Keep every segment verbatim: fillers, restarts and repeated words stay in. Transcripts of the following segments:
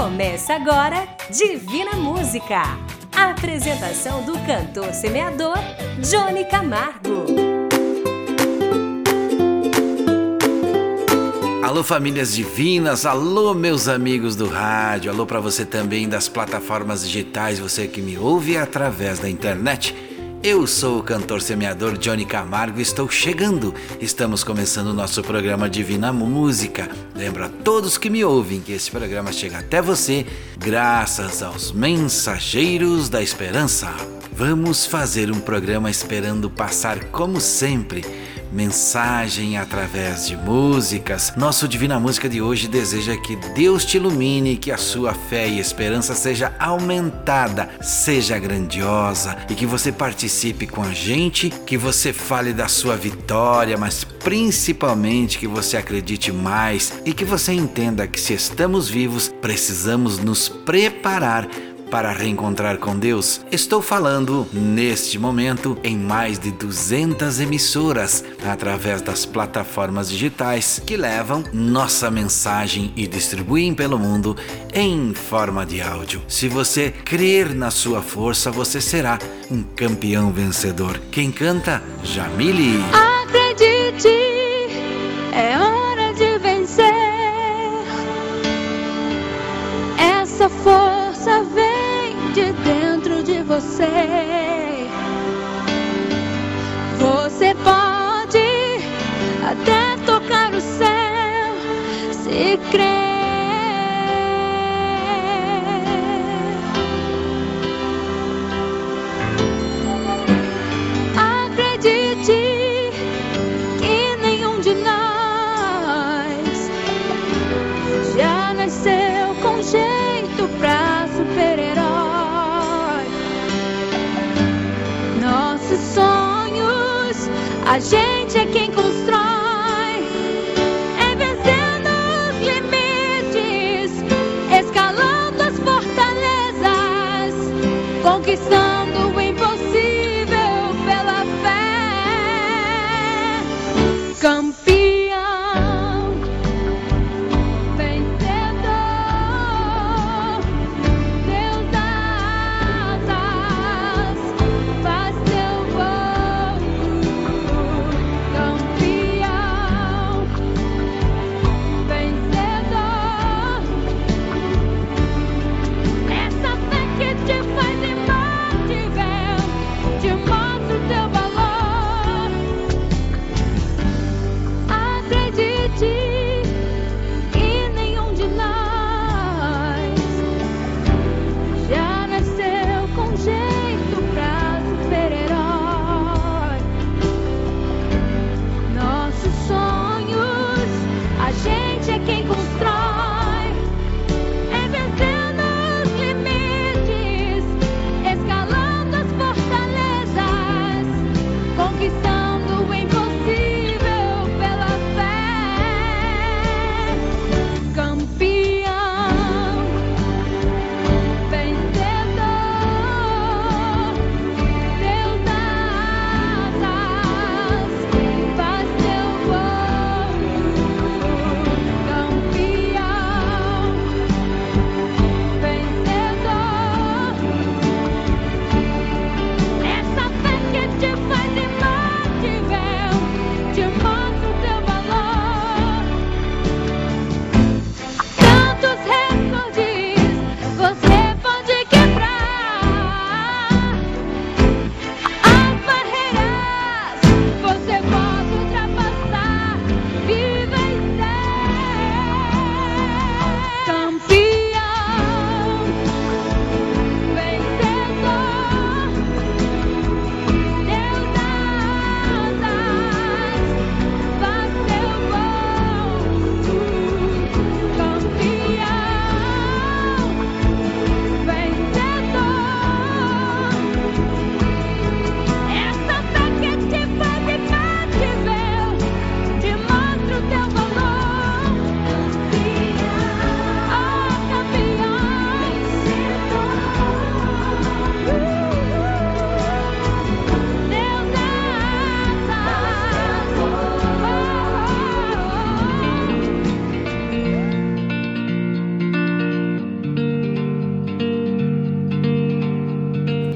Começa agora Divina Música. A apresentação do cantor semeador Johnny Camargo. Alô, famílias divinas, alô, meus amigos do rádio, alô para você também das plataformas digitais, você que me ouve através da internet. Eu sou o cantor semeador Johnny Camargo e estou chegando. Estamos começando o nosso programa Divina Música. Lembro a todos que me ouvem que esse programa chega até você graças aos mensageiros da esperança. Vamos fazer um programa esperando passar, como sempre, mensagem através de músicas. Nosso Divina Música de hoje deseja que Deus te ilumine, que a sua fé e esperança seja aumentada, seja grandiosa e que você participe com a gente, que você fale da sua vitória, mas principalmente que você acredite mais e que você entenda que se estamos vivos, precisamos nos preparar para reencontrar com Deus. Estou falando, neste momento, em mais de duzentas emissoras, através das plataformas digitais que levam nossa mensagem e distribuem pelo mundo em forma de áudio. Se você crer na sua força, você será um campeão vencedor. Quem canta? Jamile. Acredite, é hora de vencer. Essa força vem de dentro de você. Você pode até tocar o céu se crer. Acredite que nenhum de nós já nasceu com jeito pra super-herói. Nossos sonhos, a gente é quem constrói. É vencendo os limites, escalando as fortalezas, conquistando o impossível pela fé. Campeão, vencedor, Deus das asas, faz teu voo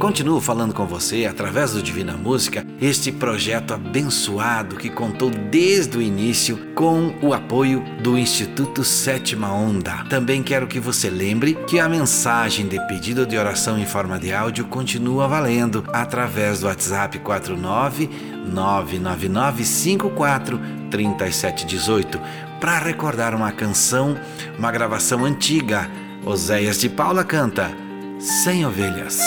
continuo falando com você através do Divina Música, este projeto abençoado que contou desde o início com o apoio do Instituto Sétima Onda. Também quero que você lembre que a mensagem de pedido de oração em forma de áudio continua valendo através do WhatsApp quatro nove nove nove nove cinco quatro três sete um oito para recordar uma canção, uma gravação antiga. Oséias de Paula canta Sem Ovelhas.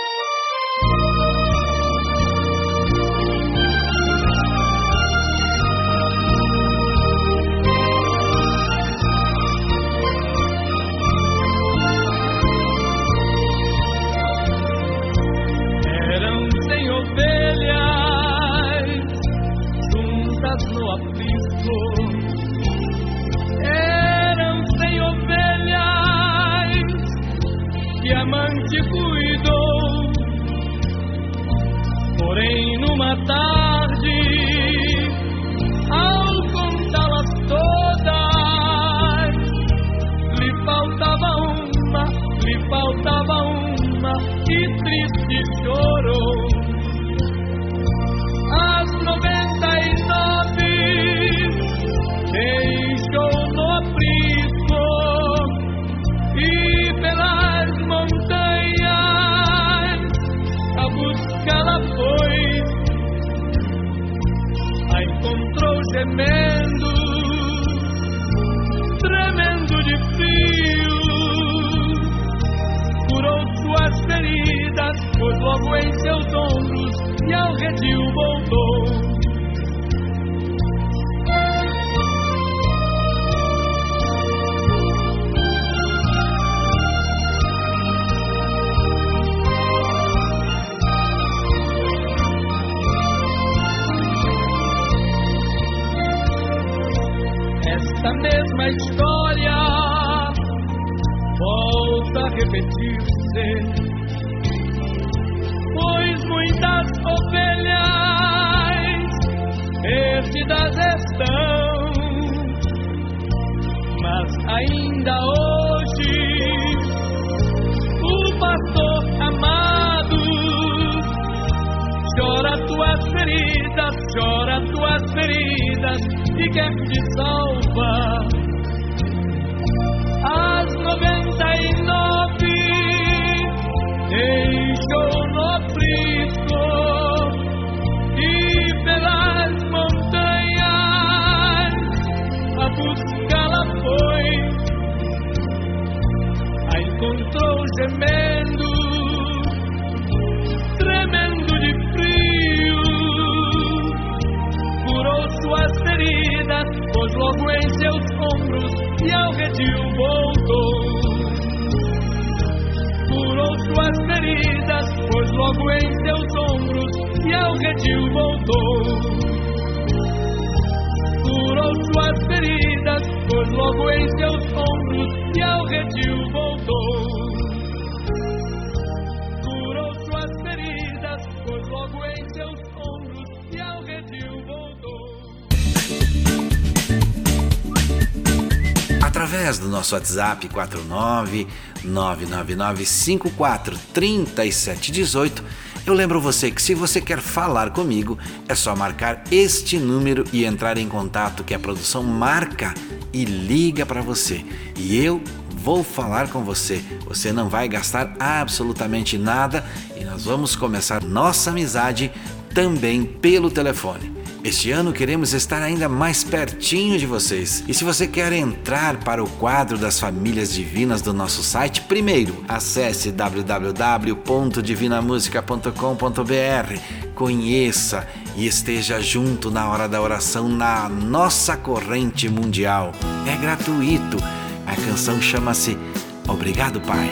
Através do nosso WhatsApp quatro nove nove nove nove cinco quatro três sete um oito, eu lembro você que se você quer falar comigo, é só marcar este número e entrar em contato, que a produção marca e liga para você. E eu vou falar com você. Você não vai gastar absolutamente nada e nós vamos começar nossa amizade também pelo telefone. Este ano queremos estar ainda mais pertinho de vocês. E se você quer entrar para o quadro das famílias divinas do nosso site, primeiro acesse w w w ponto divina música ponto com ponto b r, conheça e esteja junto na hora da oração na nossa corrente mundial. É gratuito. A canção chama-se Obrigado, Pai.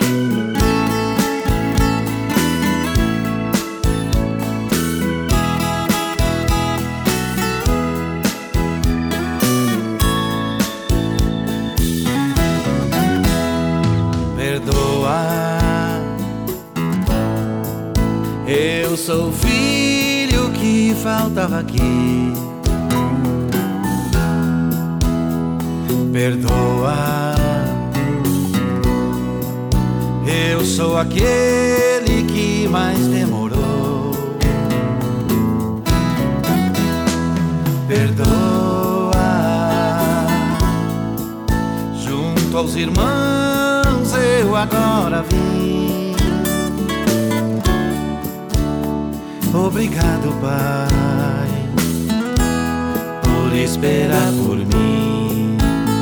Eu sou o filho que faltava aqui. Perdoa. Eu sou aquele que que mais demorou. Perdoa. Junto aos irmãos eu agora vim. Obrigado, Pai, por esperar por mim.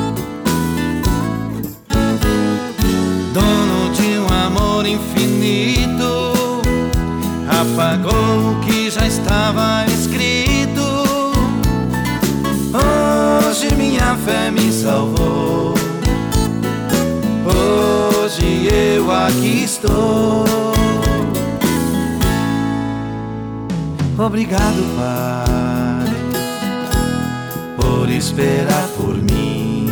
Dono de um amor infinito, apagou o que já estava escrito. Hoje minha fé me salvou. Hoje eu aqui estou. Obrigado, Pai, por esperar por mim.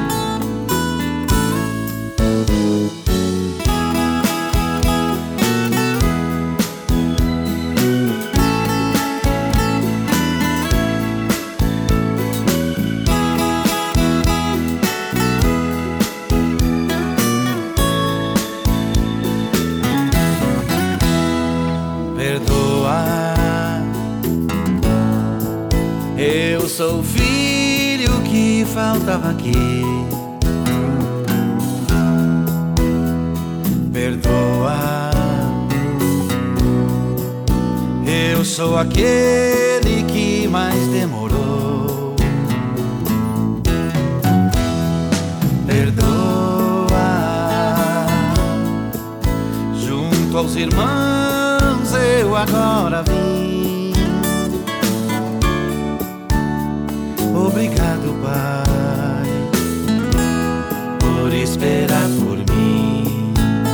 Eu sou o filho que faltava aqui. Perdoa. Eu sou aquele que mais demorou. Perdoa. Junto aos irmãos eu agora vim. Obrigado, Pai, por esperar por mim.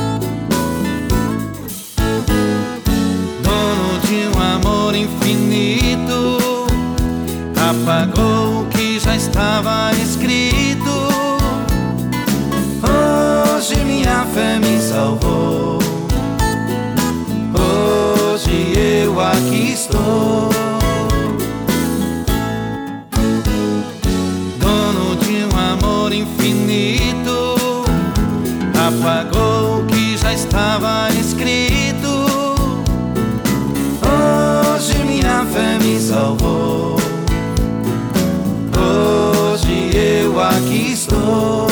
Dono de um amor infinito, apagou o que já estava escrito. Hoje minha fé me salvou. Hoje eu aqui estou. Infinito, apagou o que já estava escrito. Hoje minha fé me salvou. Hoje eu aqui estou.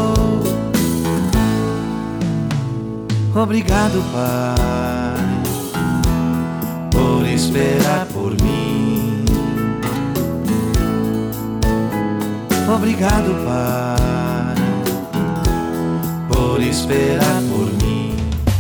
Obrigado, Pai, por esperar por mim. Obrigado, Pai, por esperar por mim.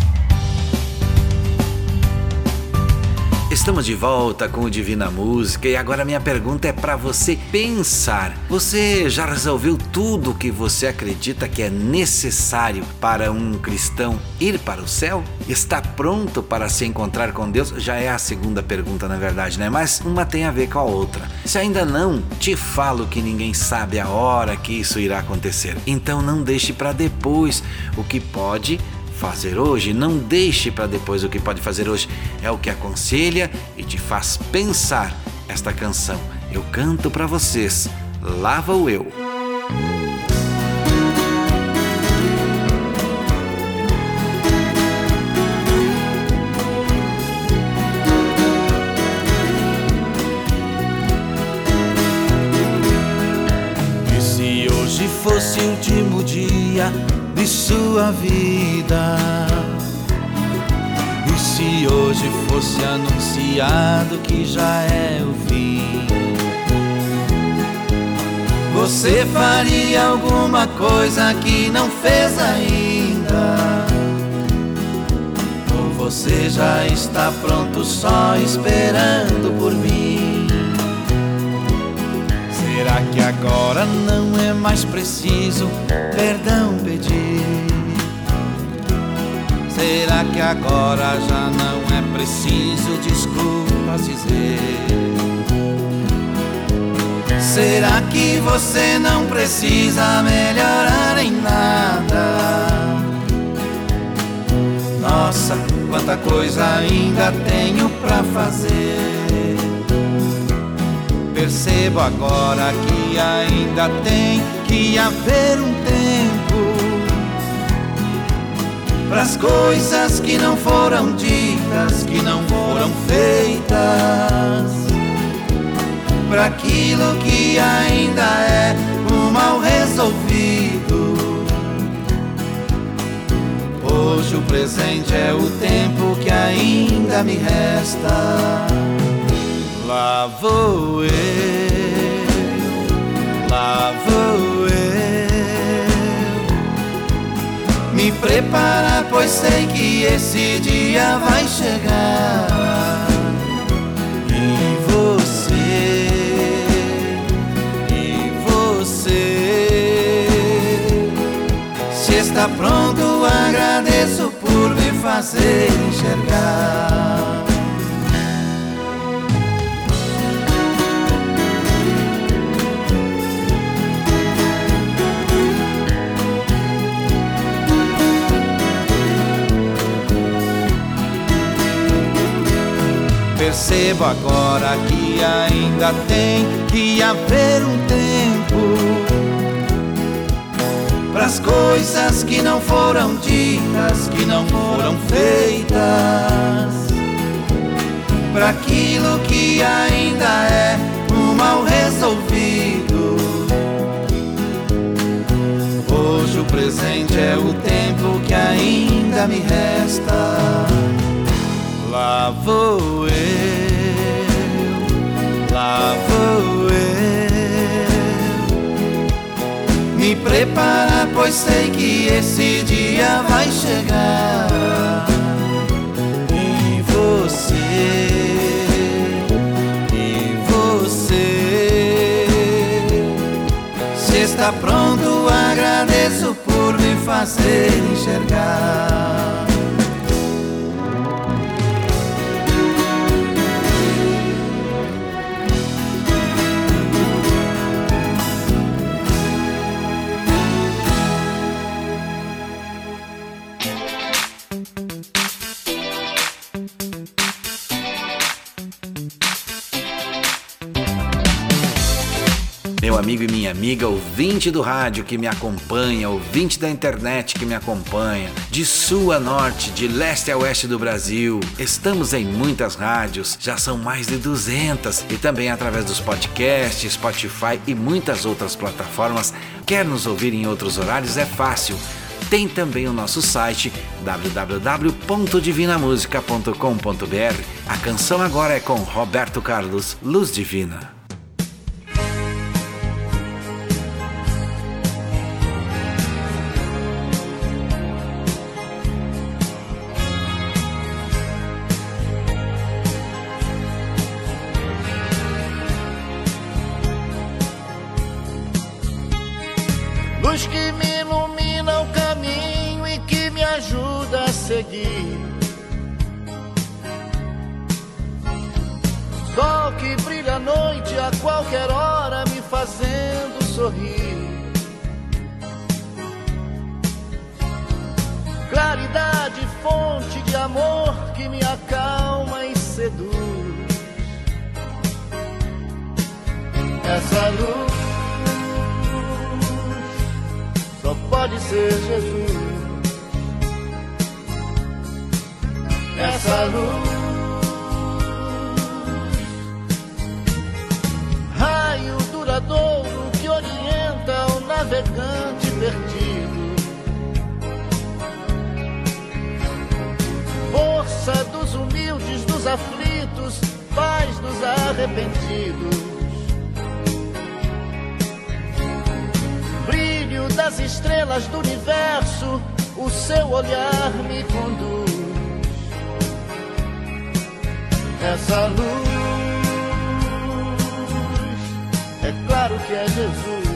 Estamos de volta com o Divina Música e agora minha pergunta é para você pensar. Você já resolveu tudo o que você acredita que é necessário para um cristão ir para o céu? Está pronto para se encontrar com Deus? Já é a segunda pergunta, na verdade, né? Mas uma tem a ver com a outra. Se ainda não, te falo que ninguém sabe a hora que isso irá acontecer. Então não deixe para depois o que pode fazer hoje. Não deixe para depois o que pode fazer hoje. É o que aconselha e te faz pensar esta canção. Eu canto para vocês. Lá vou eu. E se hoje fosse o último dia de sua vida? E se hoje fosse anunciado que já é o fim? Você faria alguma coisa que não fez ainda? Ou você já está pronto só esperando por mim? Será que agora não é mais preciso perdão pedir? Será que agora já não é preciso desculpas dizer? Será que você não precisa melhorar em nada? Nossa, quanta coisa ainda tenho pra fazer. Percebo agora que ainda tem que haver um tempo pras coisas que não foram ditas, que não foram feitas, pra aquilo que ainda é um mal resolvido. Hoje o presente é o tempo que ainda me resta. Lá vou eu, lá vou eu, me preparar, pois sei que esse dia vai chegar. E você, e você, se está pronto, agradeço por me fazer enxergar. Percebo agora que ainda tem que haver um tempo pras coisas que não foram ditas, que não foram feitas, pra aquilo que ainda é um mal resolvido. Hoje o presente é o tempo que ainda me resta. Lá vou eu, lá vou eu, me preparar, pois sei que esse dia vai chegar. E você, e você, se está pronto, agradeço por me fazer enxergar. Meu amigo e minha amiga, ouvinte do rádio que me acompanha, ouvinte da internet que me acompanha, de sul a norte, de leste a oeste do Brasil. Estamos em muitas rádios, já são mais de duzentas, e também através dos podcasts, Spotify e muitas outras plataformas. Quer nos ouvir em outros horários? É fácil. Tem também o nosso site w w w ponto divina música ponto com ponto b r. A canção agora é com Roberto Carlos, Luz Divina. Luz que me ilumina o caminho e que me ajuda a seguir. Sol que brilha à noite a qualquer hora, me fazendo sorrir. Claridade, fonte de amor que me acalma e seduz. Essa luz só pode ser Jesus. Essa luz, raio duradouro que orienta o navegante perdido. Força dos humildes, dos aflitos, paz dos arrependidos. Brilho das estrelas do universo, o seu olhar me conduz. Essa luz, é claro que é Jesus.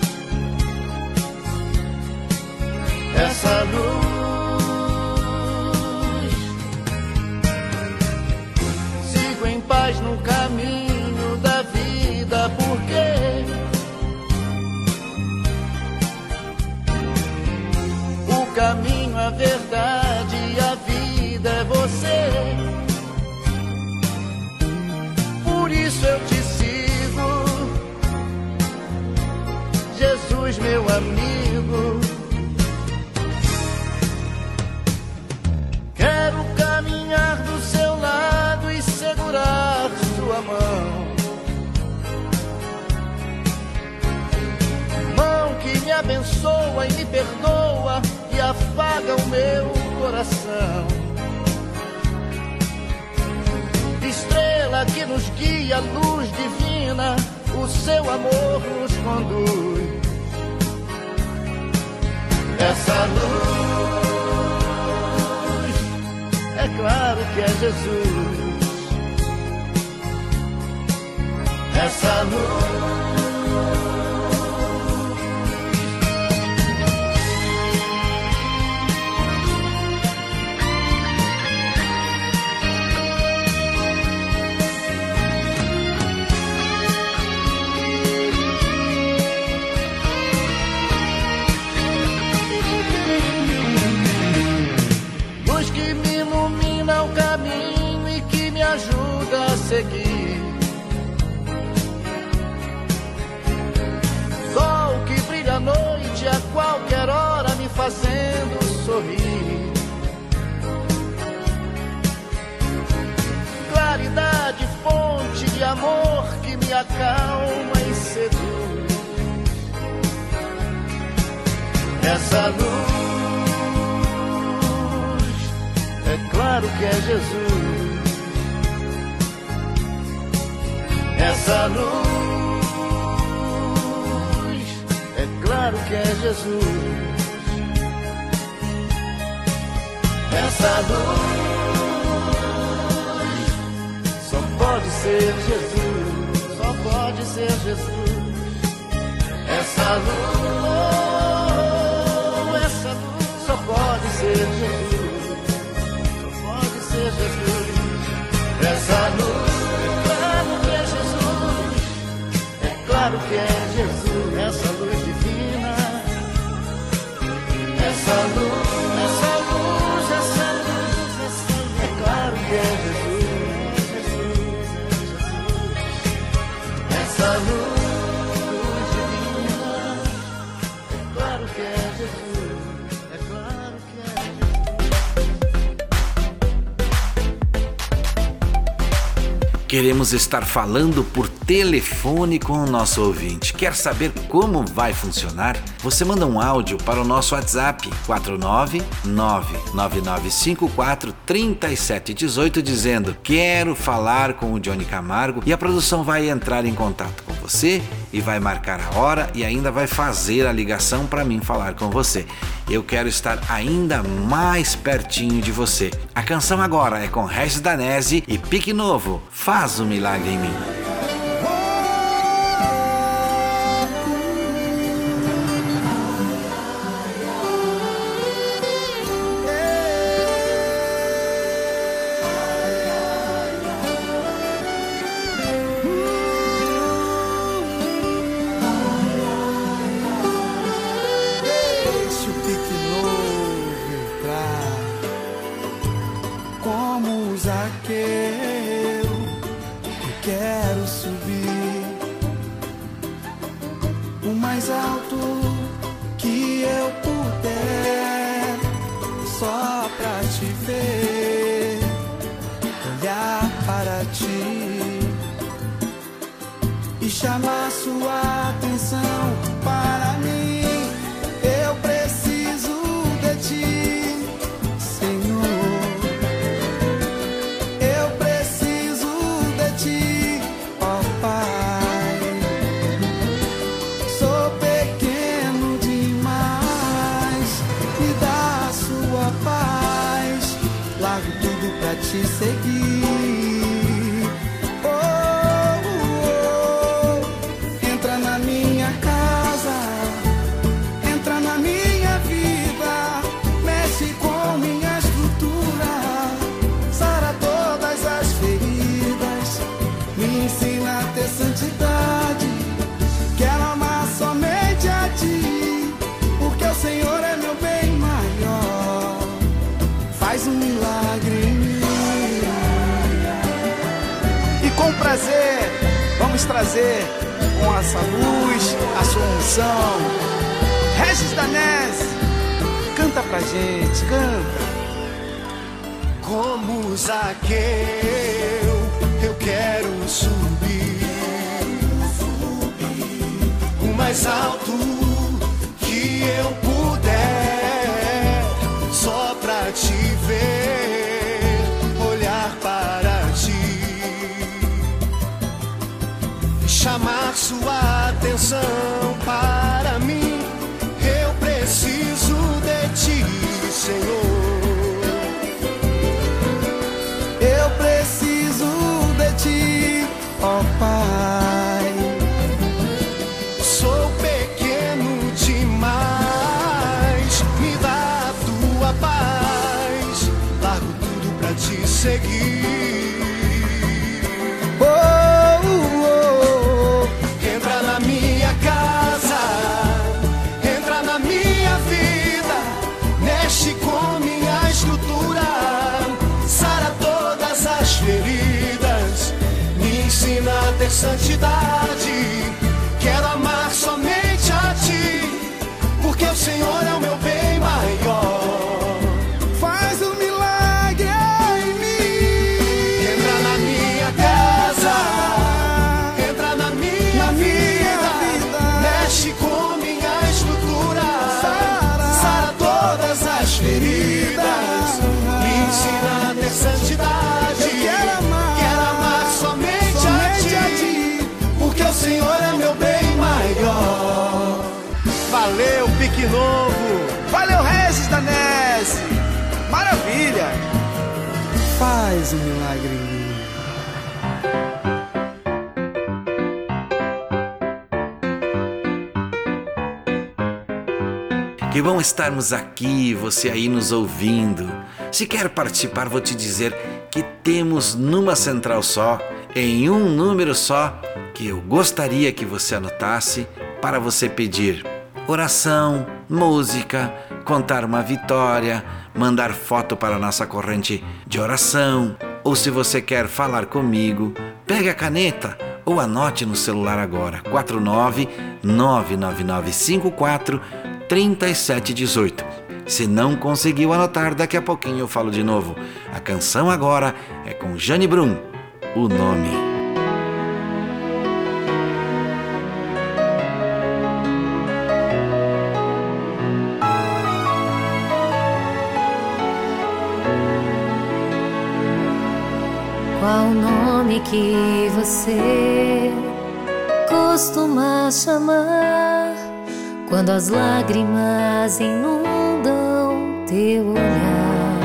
Essa luz em paz no caminho da vida, porque o caminho, a verdade e a vida é você. Por isso eu te sigo, Jesus, meu amigo. abençoa e me perdoa e afaga o meu coração. Estrela que nos guia, luz divina, o seu amor nos conduz. Essa luz, é claro que é Jesus. Essa luz, luz que me ilumina o caminho e que me ajuda a seguir. Sol que brilha à noite a qualquer hora me fazendo sorrir. Claridade, fonte de amor que me acalma e seduz. Essa luz, é claro que é Jesus. Essa luz, é claro que é Jesus. Essa luz, só pode ser Jesus. Só pode ser Jesus. Essa luz, essa luz, só pode ser Jesus. Só pode ser Jesus. Essa luz, é claro que é Jesus. É claro que é Jesus. Essa luz divina. Essa luz, essa luz, essa luz, essa luz. É claro que é Jesus. Jesus, é Jesus. Essa luz, luz divina. É claro que é Jesus. É claro que é Jesus. Queremos estar falando por telefone com o nosso ouvinte. Quer saber como vai funcionar? Você manda um áudio para o nosso WhatsApp quatro nove nove nove nove cinco quatro três sete um oito dizendo: quero falar com o Johnny Camargo, e a produção vai entrar em contato com você e vai marcar a hora e ainda vai fazer a ligação para mim falar com você. Eu quero estar ainda mais pertinho de você. A canção agora é com Regis Danese e Pique Novo, Faz um Milagre em Mim. Deixa o pique novo entrar, como Zaqueu. Eu quero subir o mais alto que eu puder, só pra te ver, olhar para ti e chamar sua atenção para mim. Eu preciso de ti, Senhor. Eu preciso de ti, ó Pai. Sou pequeno demais, me dá a sua paz. Largo tudo pra te seguir. Oh, oh, oh. Entra na minha casa, entra na minha vida, mexe com minha estrutura, sara todas as feridas, me ensina a ter santidade. Quero amar somente a ti, porque o Senhor é meu bem maior. Faz um milagre em mim. E com prazer vamos trazer com essa luz a sua unção. Regis Danese, canta pra gente, canta. Como Zaqueu, eu quero subir o mais alto que eu puder, só pra te ver, olhar para ti, chamar sua atenção para mim. Eu preciso de ti, Senhor. Eu preciso de ti, ó Pai. Sou pequeno demais, me dá a tua paz, largo tudo pra te seguir. Oh, oh, oh. Entra na minha casa, entra na minha vida, mexe com minha estrutura, sara todas as feridas, me ensina a ter santidade. Quero amar somente a ti, porque o Senhor é o meu bem maior. Faz um milagre em mim. Entra na minha casa, entra na minha, Na minha vida, vida. mexe com minha estrutura, Sara. sara todas as feridas, me ensina a ter santidade. Eu quero amar. Quero amar somente, Somente a, a ti, ti. porque o Senhor é meu bem maior. Valeu, Pique Novo. Valeu, Regis da Nese. Maravilha. Faz um milagre em mim. Que bom estarmos aqui, você aí nos ouvindo. Se quer participar, vou te dizer que temos numa central só, em um número só, que eu gostaria que você anotasse para você pedir oração, música, contar uma vitória, mandar foto para a nossa corrente de oração, ou se você quer falar comigo, pegue a caneta ou anote no celular agora, quatro nove nove nove nove cinco quatro três sete um oito. Se não conseguiu anotar, daqui a pouquinho eu falo de novo. A canção agora é com Jane Brum, O Nome. Qual o nome que você costuma chamar quando as lágrimas inundam teu olhar?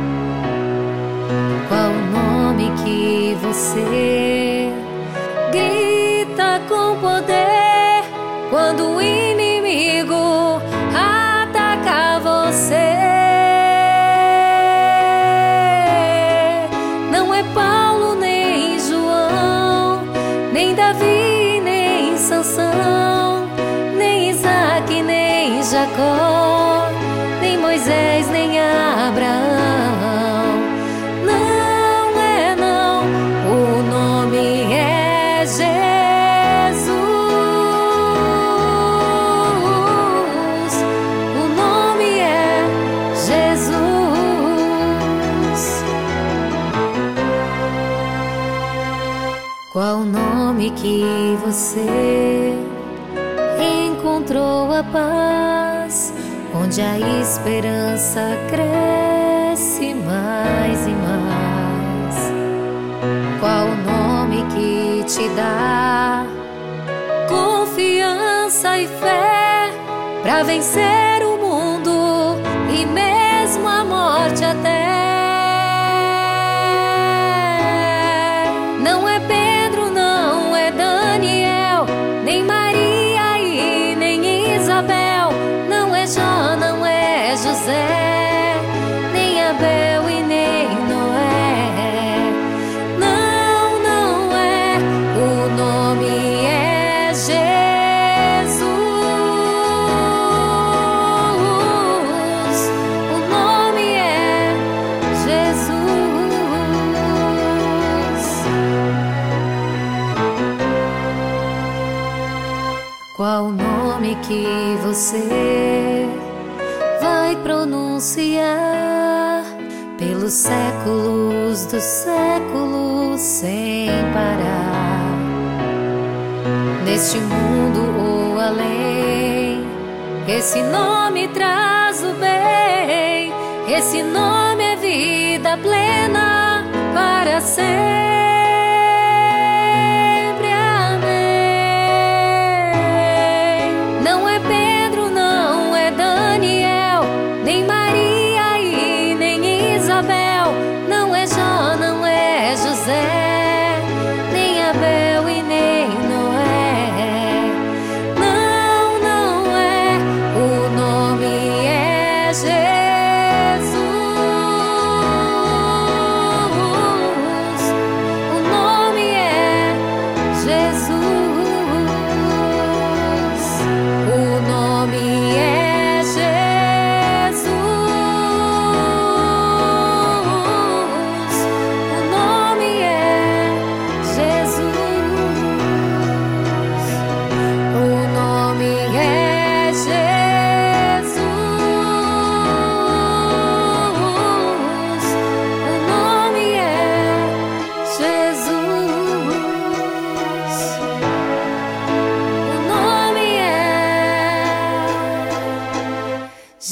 Qual o nome que você grita com poder quando o inimigo ataca você? Não é Paulo, nem João, nem Davi, nem Sansão, nem Isaac, nem Jacó, nem Moisés, nem Abraão. Não é não, o nome é Jesus. O nome é Jesus. Qual o nome que você encontrou a paz, onde a esperança cresce mais e mais? Qual o nome que te dá confiança e fé pra vencer o mundo e mesmo a morte até? Não é Pedro, não é Daniel, nem Maria e nem Isabel, não é Jó, não é José, nem Abel e nem Noé. Não, não é, o nome é Jesus. O nome é Jesus. Qual o nome que você vai pronunciar pelos séculos dos séculos sem parar? Neste mundo ou além, Esse nome traz o bem, esse nome é vida plena para sempre. Amém. Não é Pedro, não é Daniel, nem Maria e nem Isabel, não é Jó, não é José, nem Abel e nem Noé. Não, não é. O nome é Jesus. O nome é Jesus. O nome é Jesus. O nome é Jesus. O nome é Jesus. O nome é Jesus. O nome é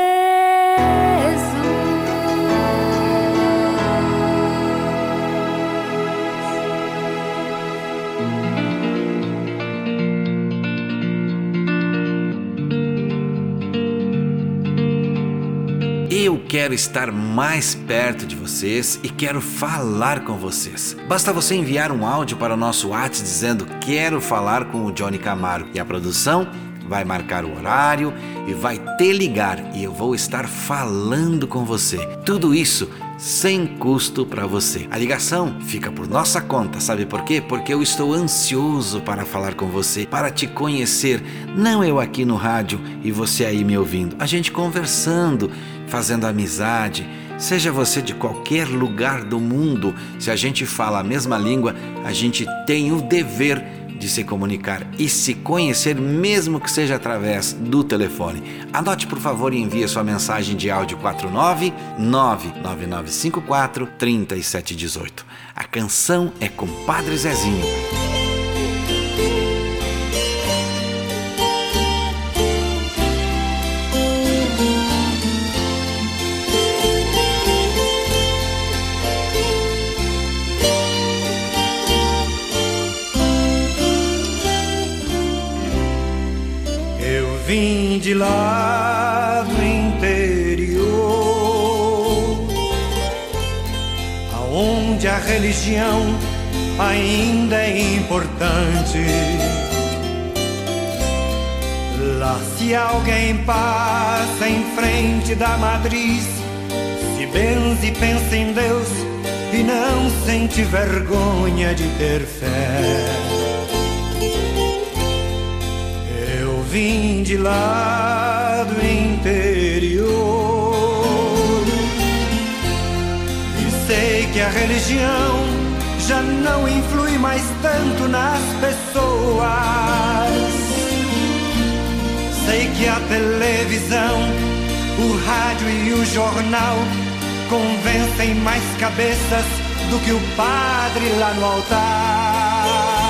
Eu quero estar mais perto de vocês e quero falar com vocês. Basta você enviar um áudio para o nosso WhatsApp dizendo quero falar com o Johnny Camargo e a produção vai marcar o horário e vai te ligar e eu vou estar falando com você. Tudo isso sem custo para você. A ligação fica por nossa conta, sabe por quê? Porque eu estou ansioso para falar com você, para te conhecer, não eu aqui no rádio e você aí me ouvindo, a gente conversando, fazendo amizade. Seja você de qualquer lugar do mundo, se a gente fala a mesma língua, a gente tem o dever de se comunicar e se conhecer, mesmo que seja através do telefone. Anote, por favor, e envie sua mensagem de áudio quatro nove nove nove nove cinco quatro três sete um oito. A canção é Compadre Zezinho. Vim de lá do interior, aonde a religião ainda é importante. Lá se alguém passa em frente da matriz, se benze e pensa em Deus e não sente vergonha de ter fé. Vim de lá do interior e sei que a religião já não influi mais tanto nas pessoas. Sei que a televisão, o rádio e o jornal convencem mais cabeças do que o padre lá no altar.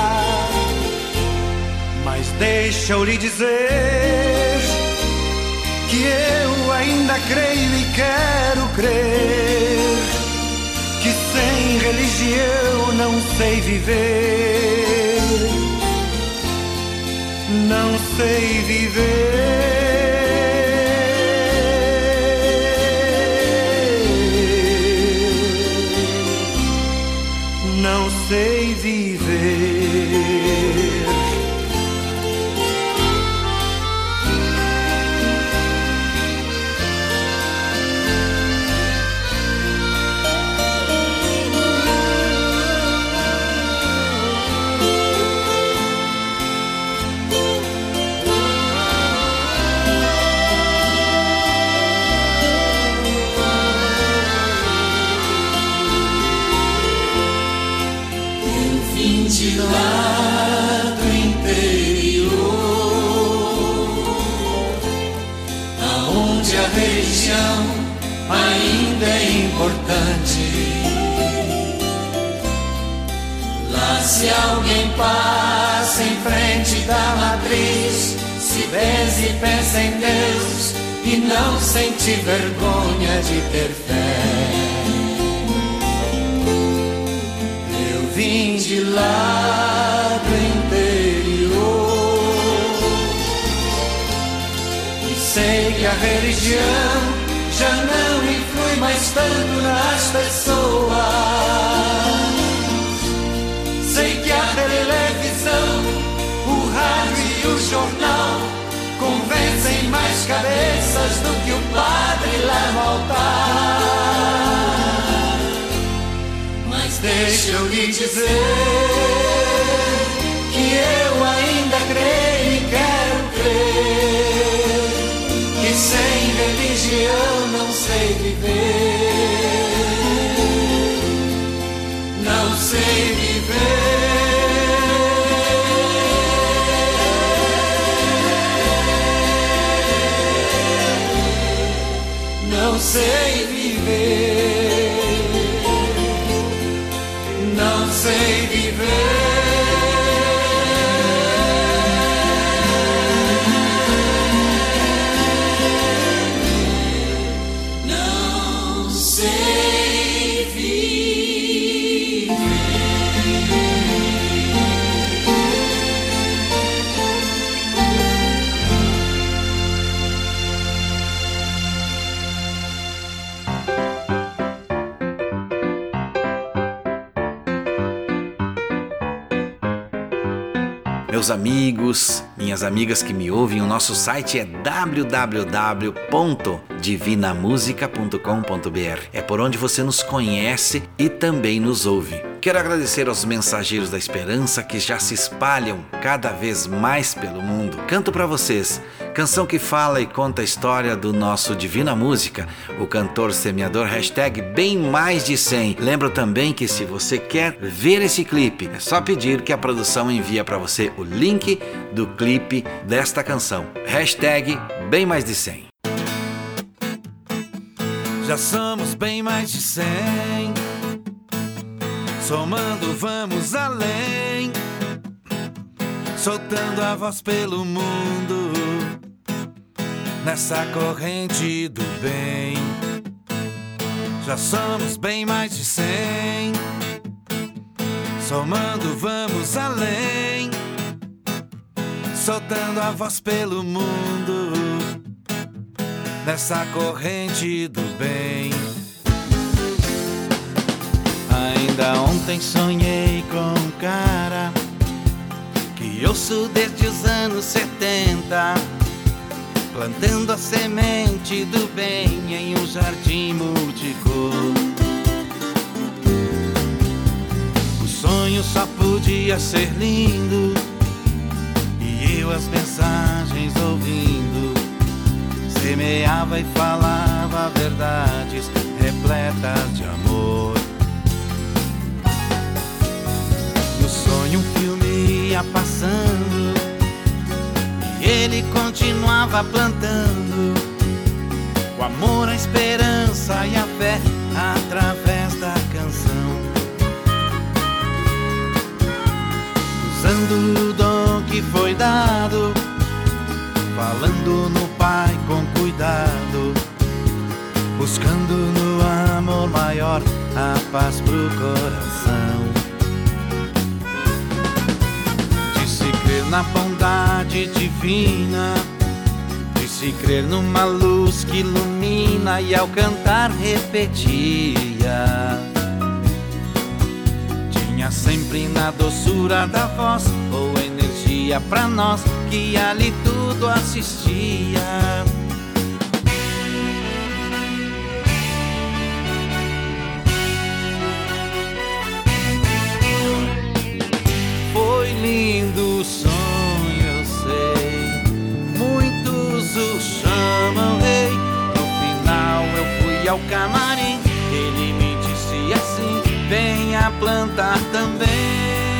Mas deixa eu lhe dizer que eu ainda creio e quero crer que sem religião não sei viver, não sei viver, não sei viver. De lá do interior, aonde a religião ainda é importante. Lá se alguém passa em frente da matriz, se reze e pensa em Deus e não sente vergonha de ter fé. Eu vim de lá do interior e sei que a religião já não influi mais tanto nas pessoas. Sei que a televisão, o rádio e o jornal convencem mais cabeças do que o padre leva ao altar. Mas deixa eu lhe dizer que eu ainda creio e quero crer que sem religião não sei viver, não sei viver. Não sei viver, não sei viver, não sei viver. Meus amigos, minhas amigas que me ouvem, o nosso site é w w w ponto divina música ponto com ponto b r. É por onde você nos conhece e também nos ouve. Quero agradecer aos mensageiros da esperança que já se espalham cada vez mais pelo mundo. Canto para vocês, canção que fala e conta a história do nosso Divina Música, o cantor semeador, hashtag bem mais de cem. Lembro também que se você quer ver esse clipe, é só pedir que a produção envia para você o link do clipe desta canção, hashtag bem mais de cem. Já somos bem mais de cem, somando vamos além, soltando a voz pelo mundo, nessa corrente do bem. Já somos bem mais de cem, somando vamos além, soltando a voz pelo mundo, nessa corrente do bem. Ainda ontem sonhei com um cara que ouço desde os anos setenta, plantando a semente do bem em um jardim multicor. O sonho só podia ser lindo e eu as mensagens ouvindo, semeava e falava verdades repletas de amor. No sonho um filme ia passando e ele continuava plantando o amor, a esperança e a fé através da canção, usando o dom que foi dado, falando no Pai com cuidado, buscando no amor maior a paz pro coração. De se crer na bondade divina, de se crer numa luz que ilumina, e ao cantar repetia, tinha sempre na doçura da voz ou energia pra nós que ali tudo assistia. Foi lindo o sonho, eu sei, muitos o chamam rei. No final eu fui ao camarim, ele me disse assim: venha plantar também.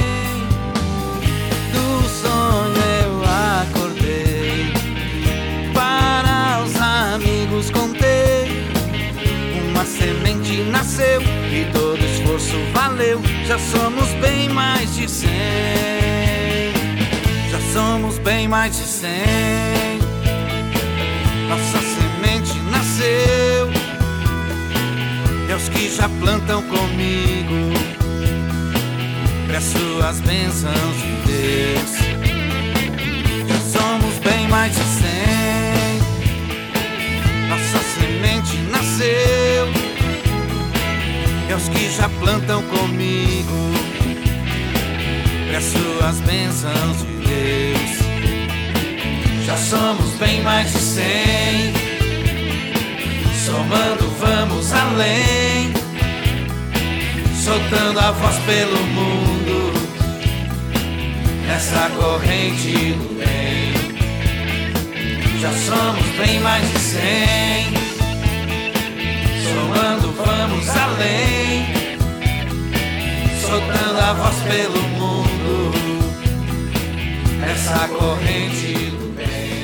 Do sonho eu acordei, para os amigos contei, uma semente nasceu e todo esforço valeu. Já somos bem mais de cem, já somos bem mais de cem. Nossa semente nasceu, e aos que já plantam comigo, presto as bênçãos de Deus. Já somos bem mais de cem. Nossa semente nasceu, e aos que já plantam comigo, presto as bênçãos de Deus. Já somos bem mais de cem. Somando vamos além, soltando a voz pelo mundo, nessa corrente do bem. Já somos bem mais de cem. Somando vamos além, soltando a voz pelo mundo, nessa corrente do bem.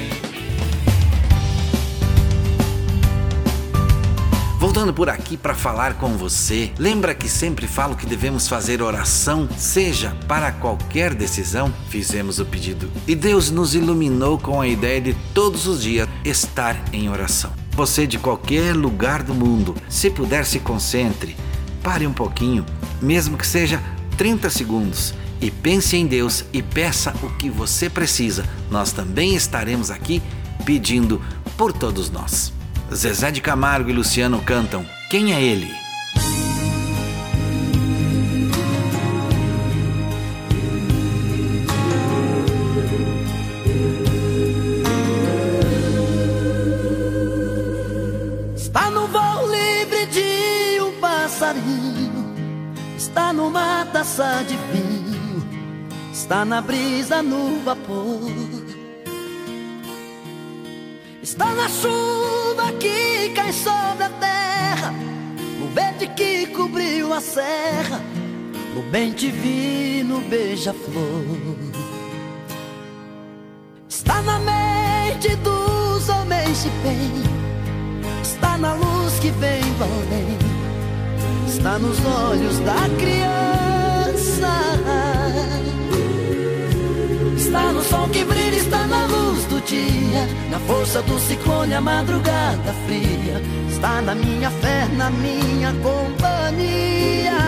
Voltando por aqui para falar com você, lembra que sempre falo que devemos fazer oração, seja para qualquer decisão? Fizemos o pedido e Deus nos iluminou com a ideia de todos os dias estar em oração. Você de qualquer lugar do mundo, se puder, se concentre, pare um pouquinho, mesmo que seja trinta segundos, e pense em Deus e peça o que você precisa. Nós também estaremos aqui pedindo por todos nós. Zezé de Camargo e Luciano cantam Quem é Ele? Está no voo livre de um passarinho, está numa taça de vinho, está na brisa no vapor, está na chuva que cai sobre a terra, no verde que cobriu a serra, no bem divino beija-flor. Está na mente dos homens de bem, está na luz que vem do além, está nos olhos da criança, está no sol que brilha, está na luz do dia, na força do ciclone, a madrugada fria, está na minha fé, na minha companhia,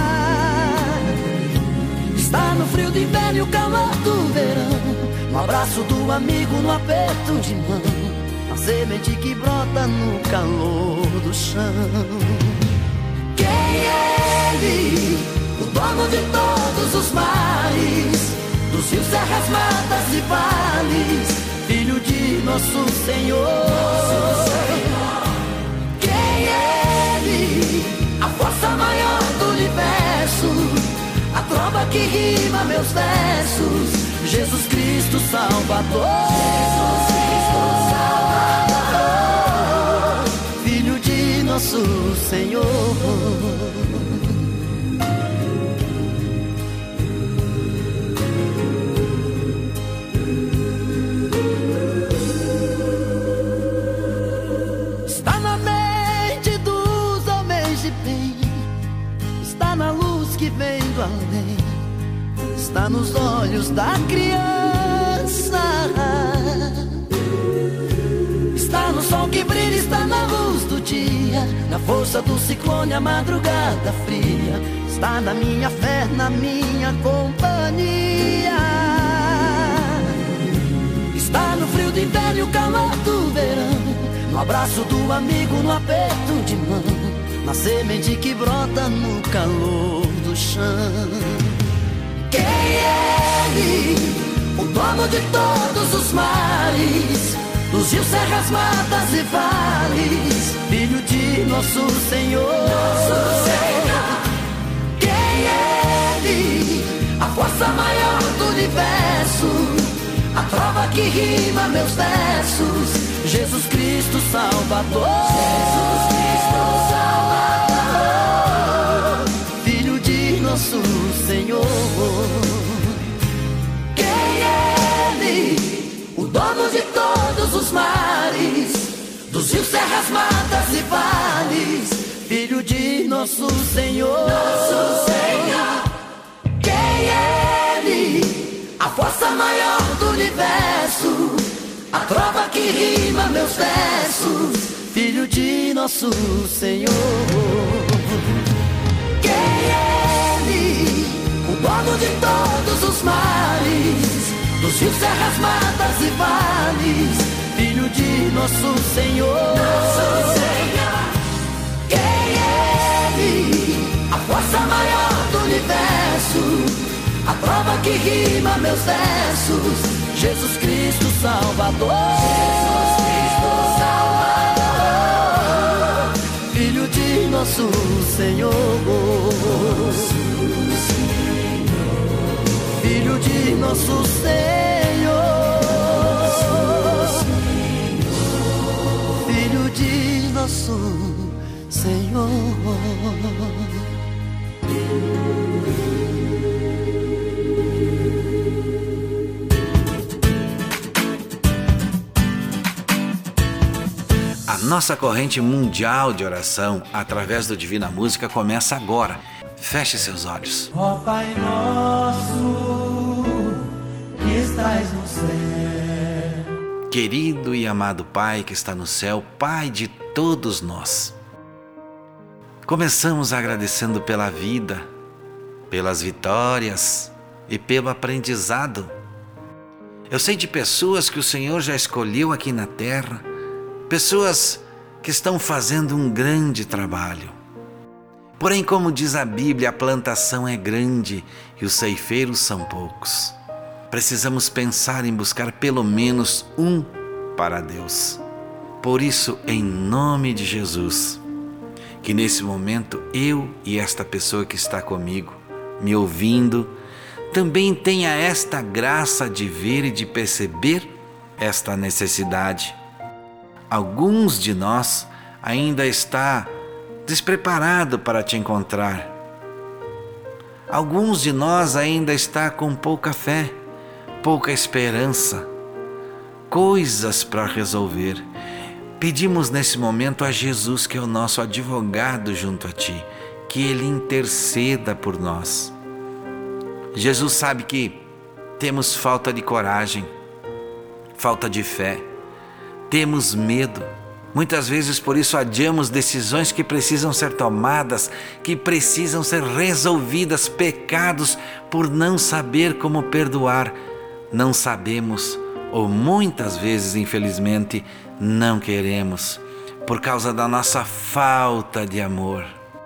está no frio do inverno e o calor do verão, no abraço do amigo, no aperto de mão, na semente que brota no calor do chão. Quem é Ele? O dono de todos os mares, dos rios, serras, matas e vales, Filho de nosso Senhor. Nosso Senhor. Quem é Ele? A força maior do universo, a trova que rima meus versos, Jesus Cristo Salvador. Jesus Cristo Salvador, Filho de nosso Senhor. Está na mente dos homens de bem, está na luz que vem do além, está nos olhos da criança, está no sol que brilha, está na luz do dia, na força do ciclone, a madrugada fria, está na minha fé, na minha companhia, está no frio do inverno e o calor do verão, no abraço do amigo, no aperto de mão, na semente que brota no calor do chão. Quem é Ele? O dono de todos os mares, dos rios, serras, matas e vales, Filho de nosso Senhor. Nosso Senhor. Quem é Ele? A força maior do universo, a trova que rima meus versos, Jesus Cristo Salvador. Jesus Cristo Salvador, Filho de nosso Senhor. Quem é Ele? O dono de todos os mares, dos rios, serras, matas e vales, Filho de nosso Senhor. Nosso Senhor. Quem é Ele? a força maior do universo, a trova que rima meus versos, Filho de nosso Senhor. Quem é Ele, o dono de todos os mares, dos rios, serras, matas e vales, Filho de nosso Senhor. Nosso Senhor. Quem é Ele, a força maior do universo, a prova que rima meus versos, Jesus Cristo Salvador. Jesus Cristo Salvador, Filho de nosso Senhor. Filho de nosso Senhor. Filho de nosso Senhor. A nossa corrente mundial de oração através do Divina Música começa agora. Feche seus olhos. Ó Pai nosso, que estás no céu. Querido e amado Pai que está no céu, Pai de todos nós. Começamos agradecendo pela vida, pelas vitórias e pelo aprendizado. Eu sei de pessoas que o Senhor já escolheu aqui na terra, pessoas que estão fazendo um grande trabalho. Porém, como diz a Bíblia, a plantação é grande e os ceifeiros são poucos. Precisamos pensar em buscar pelo menos um para Deus. Por isso, em nome de Jesus, que nesse momento eu e esta pessoa que está comigo, me ouvindo, também tenha esta graça de ver e de perceber esta necessidade. Alguns de nós ainda está despreparado para te encontrar. Alguns de nós ainda está com pouca fé, pouca esperança, coisas para resolver. Pedimos nesse momento a Jesus, que é o nosso advogado junto a ti, que Ele interceda por nós. Jesus sabe que temos falta de coragem, falta de fé, temos medo. Muitas vezes por isso adiamos decisões que precisam ser tomadas, que precisam ser resolvidas, pecados por não saber como perdoar. Não sabemos, ou muitas vezes, infelizmente, não queremos, por causa da nossa falta de amor.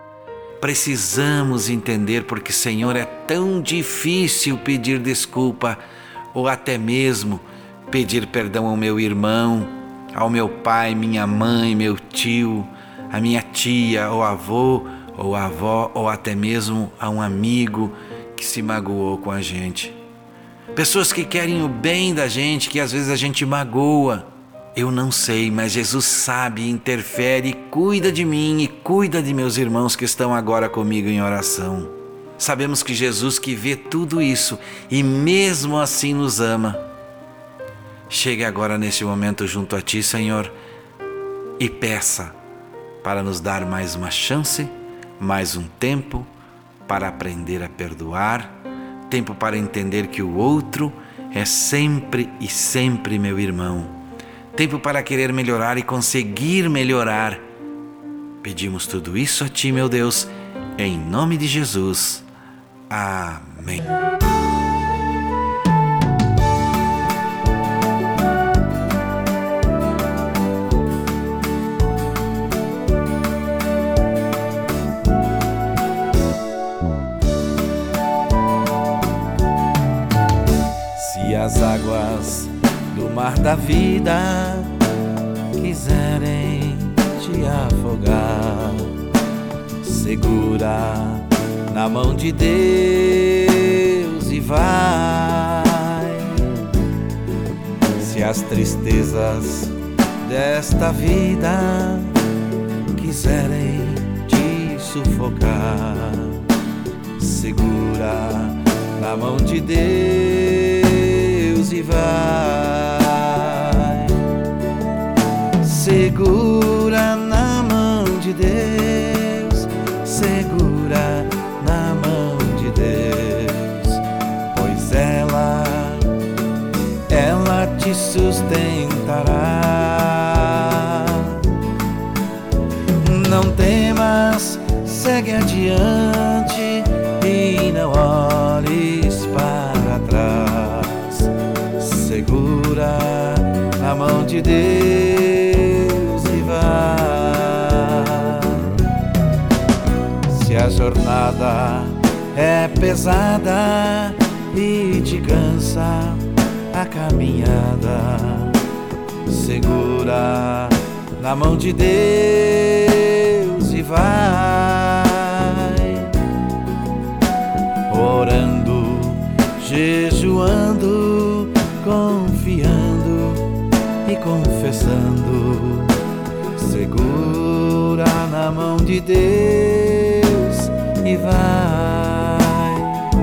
Precisamos entender porque, Senhor, é tão difícil pedir desculpa, ou até mesmo pedir perdão ao meu irmão, ao meu pai, minha mãe, meu tio, a minha tia, ou avô, ou avó, ou até mesmo a um amigo que se magoou com a gente. Pessoas que querem o bem da gente, que às vezes a gente magoa. Eu não sei, mas Jesus sabe, interfere, cuida de mim e cuida de meus irmãos que estão agora comigo em oração. Sabemos que Jesus, que vê tudo isso e mesmo assim nos ama. Chegue agora neste momento junto a ti, Senhor, e peça para nos dar mais uma chance, mais um tempo para aprender a perdoar, tempo para entender que o outro é sempre e sempre meu irmão, tempo para querer melhorar e conseguir melhorar. Pedimos tudo isso a ti, meu Deus, em nome de Jesus. Amém. As águas do mar da vida quiserem te afogar, segura na mão de Deus e vai. Se as tristezas desta vida quiserem te sufocar, segura na mão de Deus e vai. Segura na mão de Deus, segura na mão de Deus, pois ela sustentará. Não temas, segue adiante e não olhes para trás. Segura na mão de Deus e vai. Se a jornada é pesada e te cansa a caminhada, segura na mão de Deus e vai. Orando, jejuando, confiando e confessando, segura na mão de Deus e vai.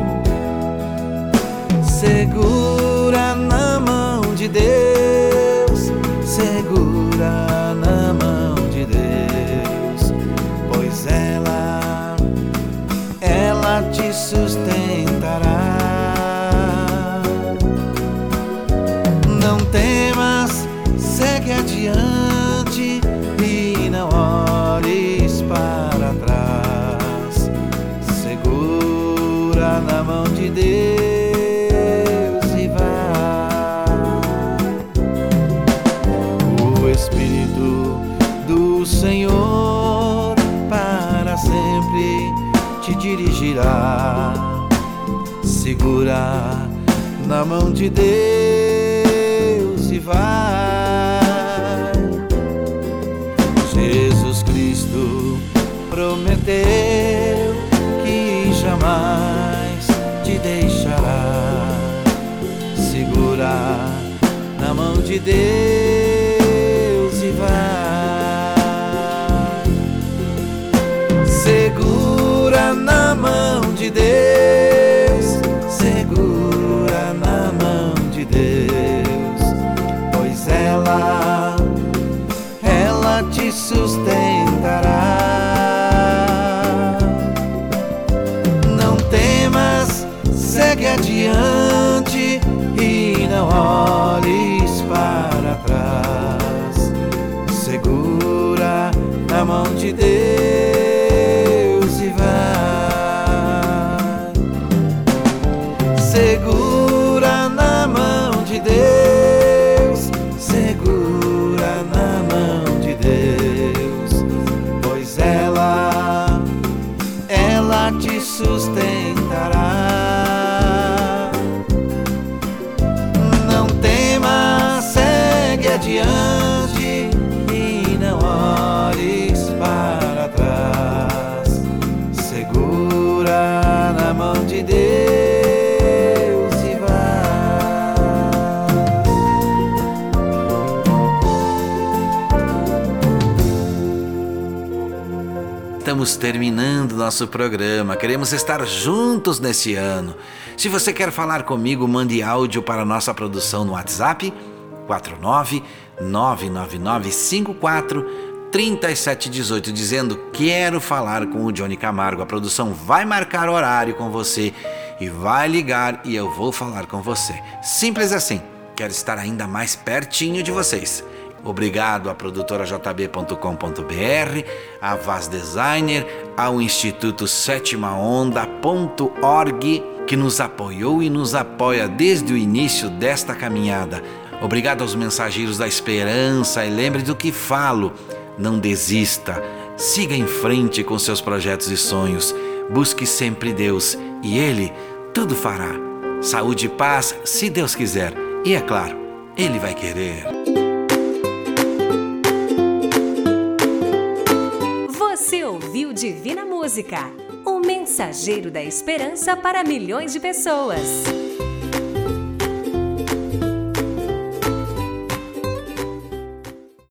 Segura na mão de Deus, segura na mão de Deus, pois ela, ela te sustentará. Não temas, segue adiante e não olhes para trás. Segura na mão de Deus e vai. O Espírito do Senhor para sempre te dirigirá. Segura na mão de Deus e vai. Jesus Cristo prometeu que jamais te deixará. Segura na mão de Deus e vai. Segura na mão de Deus, segura na mão de Deus, pois ela, ela te sustentará. Não temas, segue adiante e não olhes para trás. Segura na mão de Deus e vai. Segura na mão de Deus, segura na mão de Deus, pois ela, ela te sustentará. Não temas, segue adiante e não olhes para trás. Segura na mão de Deus e vai. Estamos terminando nosso programa. Queremos estar juntos nesse ano. Se você quer falar comigo, mande áudio para a nossa produção no WhatsApp quatro nove nove nove nove cinco quatro três sete um oito, dizendo: quero falar com o Johnny Camargo. A produção vai marcar horário com você e vai ligar e eu vou falar com você. Simples assim. Quero estar ainda mais pertinho de vocês. Obrigado à produtora j b ponto com ponto b r, à Vaz Designer, ao Instituto Sétima Onda ponto org, que nos apoiou e nos apoia desde o início desta caminhada. Obrigado aos mensageiros da esperança e lembre do que falo. Não desista, siga em frente com seus projetos e sonhos. Busque sempre Deus e Ele tudo fará. Saúde e paz, se Deus quiser. E é claro, Ele vai querer. Você ouviu Divina Música, o mensageiro da esperança para milhões de pessoas.